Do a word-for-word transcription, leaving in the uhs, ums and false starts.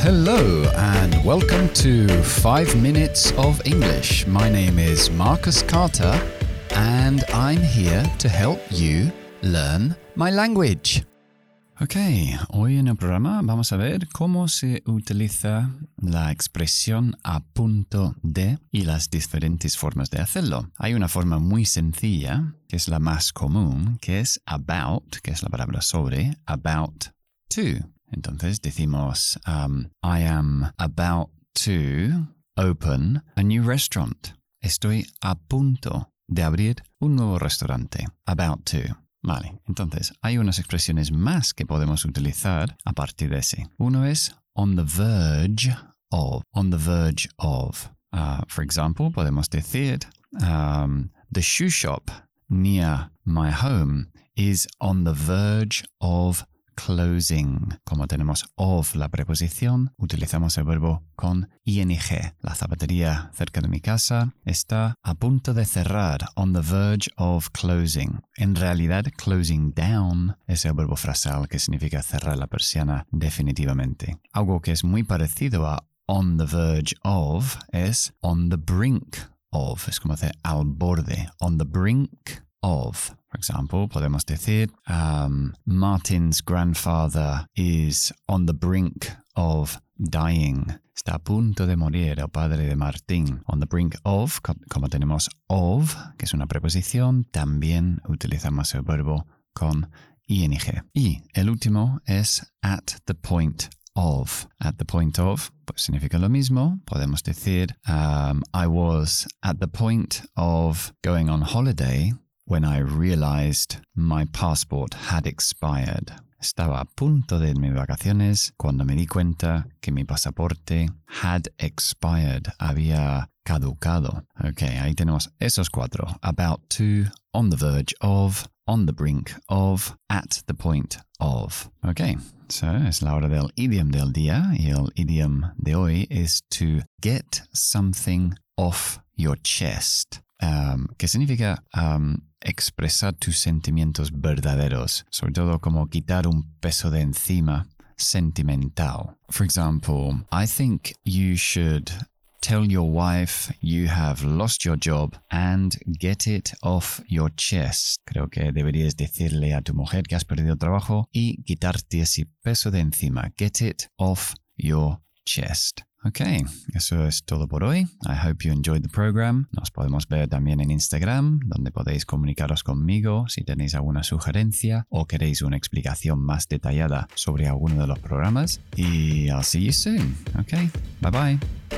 Hello and welcome to five minutes of English. My name is Marcus Carter and I'm here to help you learn my language. Ok, hoy en el programa vamos a ver cómo se utiliza la expresión a punto de y las diferentes formas de hacerlo. Hay una forma muy sencilla, que es la más común, que es about, que es la palabra sobre, about to. Entonces decimos, um, I am about to open a new restaurant. Estoy a punto de abrir un nuevo restaurante. About to. Vale, entonces hay unas expresiones más que podemos utilizar a partir de ese. Uno es on the verge of. On the verge of. Uh, for example, podemos decir, um, the shoe shop near my home is on the verge of closing. Como tenemos of la preposición, utilizamos el verbo con ing. La zapatería cerca de mi casa está a punto de cerrar, on the verge of closing. En realidad, closing down es el verbo frasal que significa cerrar la persiana definitivamente. Algo que es muy parecido a on the verge of es on the brink of. Es como decir al borde, on the brink of. For example, podemos decir, um, Martin's grandfather is on the brink of dying. Está a punto de morir el padre de Martín. On the brink of, como tenemos of, que es una preposición, también utilizamos el verbo con ing. Y el último es at the point of. At the point of, pues significa lo mismo. Podemos decir, um, I was at the point of going on holiday when I realized my passport had expired. Estaba a punto de irme de vacaciones cuando me di cuenta que mi pasaporte had expired, había caducado. Ok, ahí tenemos esos cuatro. About to, on the verge of, on the brink of, at the point of. Ok, so es la hora del idiom del día y el idiom de hoy es to get something off your chest. Um, que significa um, expresar tus sentimientos verdaderos, sobre todo como quitar un peso de encima sentimental. For example, I think you should tell your wife you have lost your job and get it off your chest. Creo que deberías decirle a tu mujer que has perdido el trabajo y quitarte ese peso de encima. Get it off your chest. Ok, eso es todo por hoy. I hope you enjoyed the program. Nos podemos ver también en Instagram, donde podéis comunicaros conmigo si tenéis alguna sugerencia o queréis una explicación más detallada sobre alguno de los programas. Y I'll see you soon. Ok, bye bye.